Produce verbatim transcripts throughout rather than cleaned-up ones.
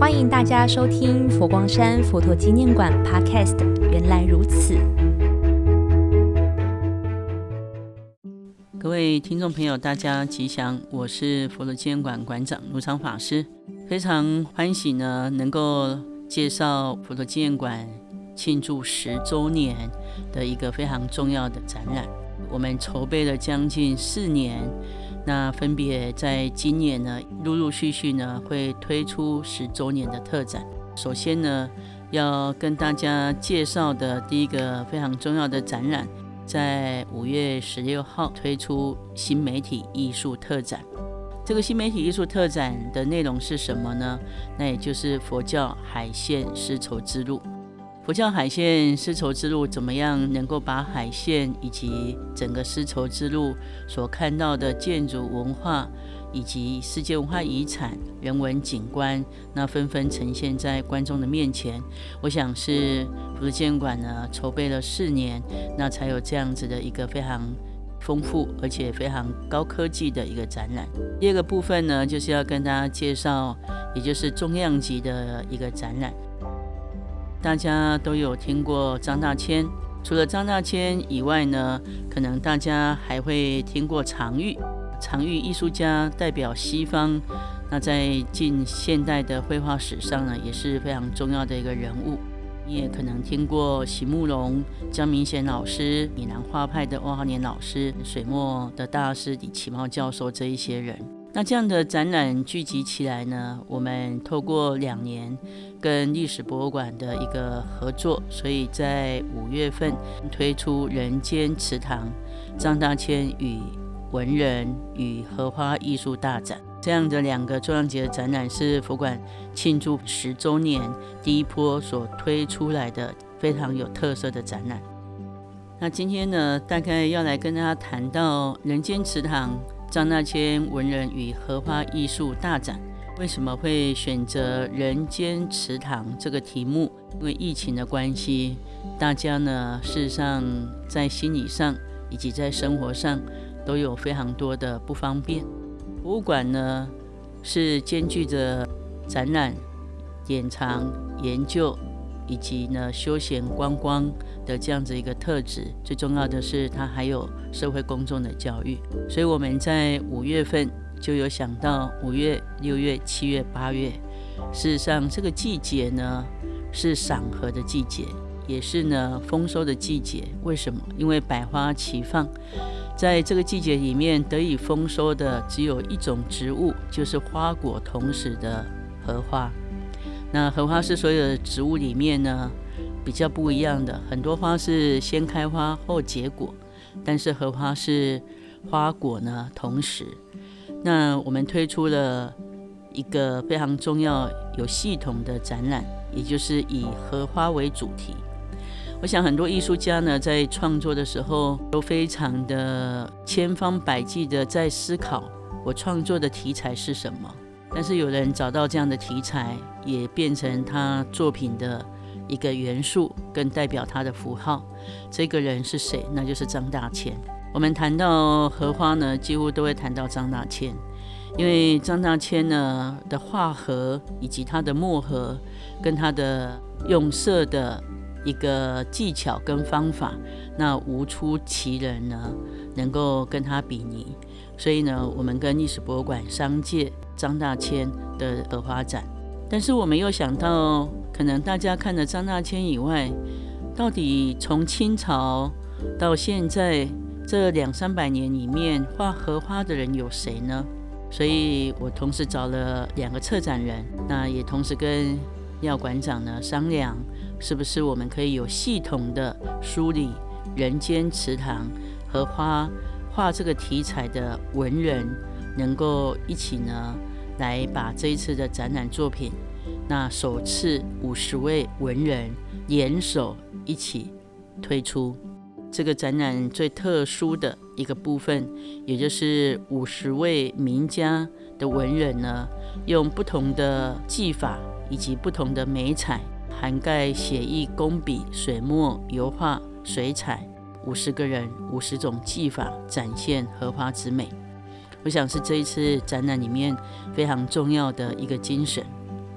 欢迎大家收听佛光山佛陀纪念馆 Podcast。原来如此。 各位听众朋友，大家吉祥，我是佛陀纪念馆馆长卢常法师，非常欢喜呢，能够介绍佛陀纪念馆庆祝十周年的一个非常重要的展览。我们筹备了将近四年，那分别在今年呢，陆陆续续呢会推出十周年的特展。首先呢，要跟大家介绍的第一个非常重要的展览，在五月十六号推出新媒体艺术特展。这个新媒体艺术特展的内容是什么呢？那也就是佛教海线丝绸之路。佛教海线丝绸之路怎么样能够把海线以及整个丝绸之路所看到的建筑文化以及世界文化遗产、人文景观，那纷纷呈现在观众的面前。我想是佛陀纪念馆呢筹备了四年，那才有这样子的一个非常丰富而且非常高科技的一个展览。第二个部分呢，就是要跟大家介绍，也就是重量级的一个展览。大家都有听过张大千，除了张大千以外呢，可能大家还会听过常玉。常玉艺术家代表西方，那在近现代的绘画史上呢，也是非常重要的一个人物。你也可能听过席慕容、江明贤老师、闽南画派的欧浩年老师、水墨的大师李启茂教授这一些人。那这样的展览聚集起来呢，我们透过两年跟历史博物馆的一个合作，所以在五月份推出人间池塘张大千与文人与荷花艺术大展。这样的两个重量级的展览是佛馆庆祝十周年第一波所推出来的非常有特色的展览。那今天呢，大概要来跟大家谈到人间池塘张大千文人与荷花艺术大展。为什么会选择人间池塘这个题目？因为疫情的关系，大家呢事实上在心理上以及在生活上都有非常多的不方便。博物馆呢是兼具着展览、典藏、研究以及呢休闲观光的这样子一个特质，最重要的是它还有社会公众的教育。所以我们在五月份就有想到五月、六月、七月、八月，事实上这个季节呢是赏荷的季节，也是呢丰收的季节。为什么？因为百花齐放，在这个季节里面得以丰收的只有一种植物，就是花果同时的荷花。那荷花是所有的植物里面呢比较不一样的，很多花是先开花后结果，但是荷花是花果呢同时。那我们推出了一个非常重要有系统的展览，也就是以荷花为主题。我想很多艺术家呢在创作的时候都非常的千方百计的在思考我创作的题材是什么，但是有人找到这样的题材，也变成他作品的一个元素跟代表他的符号。这个人是谁？那就是张大千。我们谈到荷花呢，几乎都会谈到张大千，因为张大千呢的画荷以及他的墨荷跟他的用色的一个技巧跟方法，那无出其人呢能够跟他比拟。所以呢，我们跟历史博物馆商借张大千的荷花展。但是我们又想到，可能大家看了张大千以外，到底从清朝到现在这两三百年里面，画荷花的人有谁呢？所以我同时找了两个策展人，那也同时跟廖馆长呢商量，是不是我们可以有系统的梳理人间池塘荷花画这个题材的文人，能够一起呢来把这一次的展览作品，那首次五十位文人联手一起推出。这个展览最特殊的一个部分，也就是五十位名家的文人呢，用不同的技法以及不同的媒材，涵盖写意、工笔、水墨、油画、水彩，五十个人，五十种技法，展现荷花之美。我想是这一次展览里面非常重要的一个精神。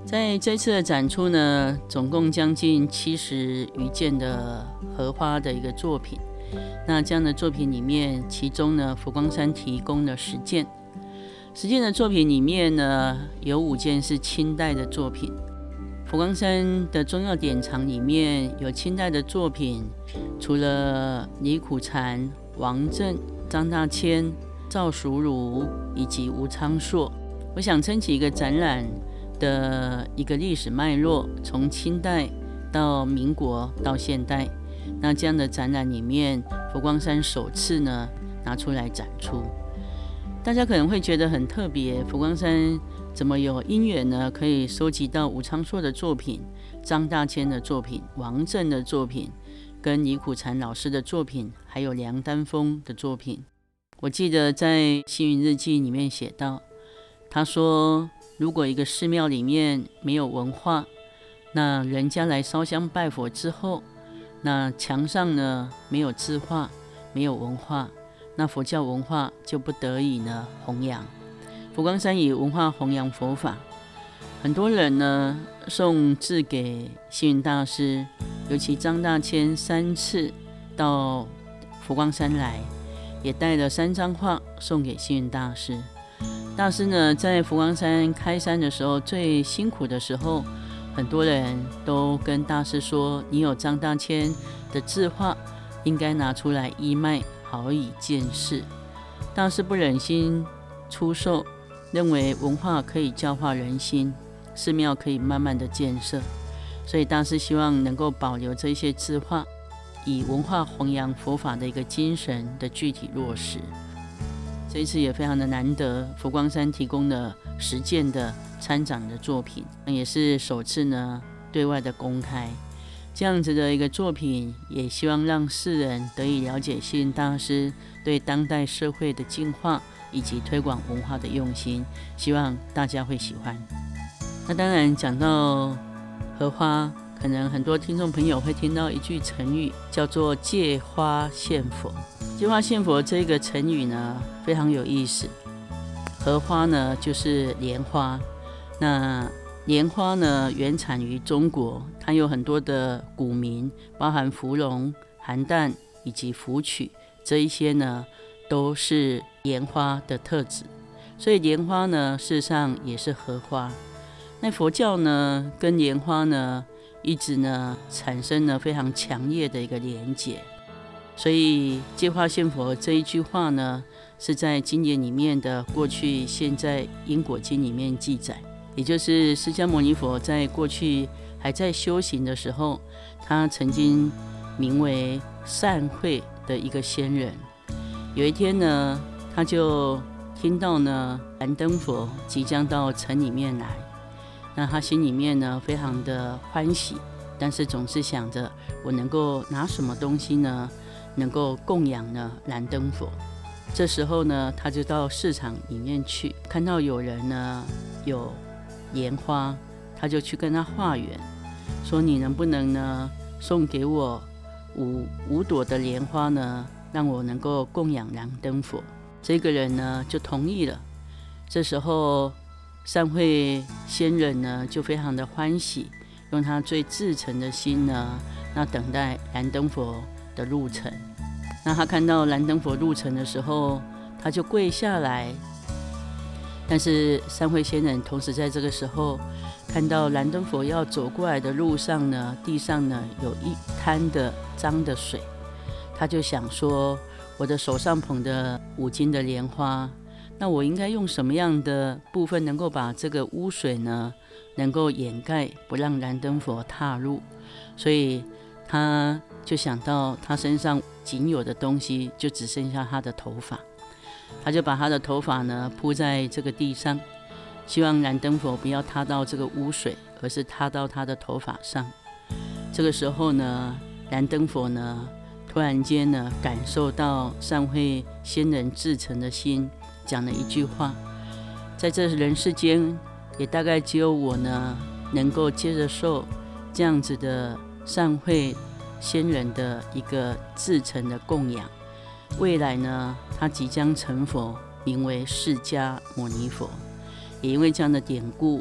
在这次的展出呢，总共将近七十余件的荷花的一个作品。那这样的作品里面，其中呢，佛光山提供了十件。十件的作品里面呢，有五件是清代的作品。佛光山的重要典藏里面有清代的作品，除了李苦禅、王震、张大千、赵淑如以及吴昌硕。我想撑起一个展览的一个历史脉络，从清代到民国到现代。那这样的展览里面，佛光山首次呢拿出来展出。大家可能会觉得很特别，佛光山怎么有因缘呢？可以收集到吴昌硕的作品、张大千的作品、王震的作品，跟李苦禅老师的作品，还有梁丹峰的作品。我记得在《星云日记》里面写到，他说，如果一个寺庙里面没有文化，那人家来烧香拜佛之后，那墙上呢没有字画，没有文化，那佛教文化就不得以呢弘扬。佛光山以文化弘扬佛法，很多人呢送字给星云大师，尤其张大千三次到佛光山来，也带了三张画送给星云大师。大师呢在佛光山开山的时候，最辛苦的时候，很多人都跟大师说，你有张大千的字画，应该拿出来义卖，好以见世。大师不忍心出售，认为文化可以教化人心，寺庙可以慢慢的建设，所以大师希望能够保留这些字画，以文化弘扬佛法的一个精神的具体落实。这一次也非常的难得，佛光山提供了十件的参展的作品，也是首次呢对外的公开。这样子的一个作品，也希望让世人得以了解星云大师对当代社会的进化以及推广文化的用心，希望大家会喜欢。那当然讲到荷花，可能很多听众朋友会听到一句成语，叫做借花献佛。借花献佛这个成语呢非常有意思。荷花呢就是莲花，那莲花呢原产于中国，它有很多的古名，包含芙蓉、邯郸以及芙蕖，这一些呢都是莲花的特质，所以莲花呢事实上也是荷花。那佛教呢跟莲花呢一直呢产生了非常强烈的一个连结，所以借花献佛这一句话呢是在经典里面的过去现在因果经里面记载，也就是释迦牟尼佛在过去还在修行的时候，他曾经名为善慧的一个仙人。有一天呢，他就听到呢燃灯佛即将到城里面来，那他心里面呢非常的欢喜，但是总是想着我能够拿什么东西呢能够供养呢燃灯佛。这时候呢他就到市场里面去，看到有人呢有莲花，他就去跟他化缘，说你能不能呢送给我五五朵的莲花呢，让我能够供养燃灯佛。这个人呢就同意了。这时候善慧仙人呢就非常的欢喜，用他最至诚的心呢，那等待燃灯佛的入城。那他看到燃灯佛入城的时候，他就跪下来。但是善慧仙人同时在这个时候看到燃灯佛要走过来的路上呢，地上呢有一滩的脏的水，他就想说，我的手上捧的五斤的莲花，那我应该用什么样的部分能够把这个污水呢能够掩盖，不让燃灯佛踏入。所以他就想到他身上仅有的东西就只剩下他的头发，他就把他的头发呢铺在这个地上，希望燃灯佛不要踏到这个污水，而是踏到他的头发上。这个时候呢，燃灯佛呢突然间呢感受到善慧仙人至诚的心，讲了一句话，在这人世间也大概只有我呢能够接着受这样子的善慧仙人的一个至诚的供养。未来呢他即将成佛，名为释迦牟尼佛。也因为这样的典故，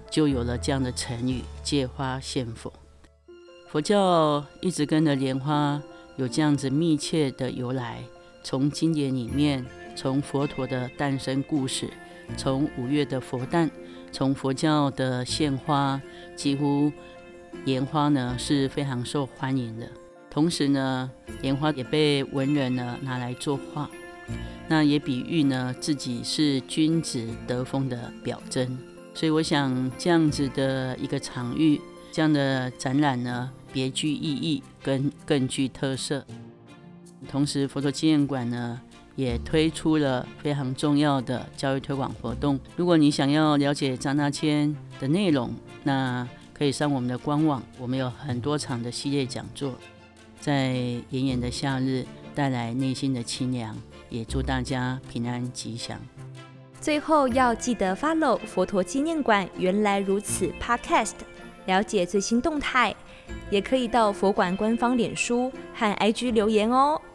就有了这样的成语借花献佛。佛教一直跟着莲花有这样子密切的由来，从经典里面，从佛陀的诞生故事，从五月的佛诞，从佛教的献花，几乎莲花呢是非常受欢迎的。同时呢，莲花也被文人呢拿来作画，那也比喻呢自己是君子德风的表征。所以我想这样子的一个场域，这样的展览呢别具意义，跟更具特色。同时佛陀纪念馆呢也推出了非常重要的教育推广活动。如果你想要了解张大千的内容，那可以上我们的官网，我们有很多场的系列讲座，在炎炎的夏日带来内心的清凉，也祝大家平安吉祥。 最后要记得 follow 佛陀纪念馆原来如此 Podcast， 了解最新动态，也可以到佛馆官方脸书和 I G 留言哦。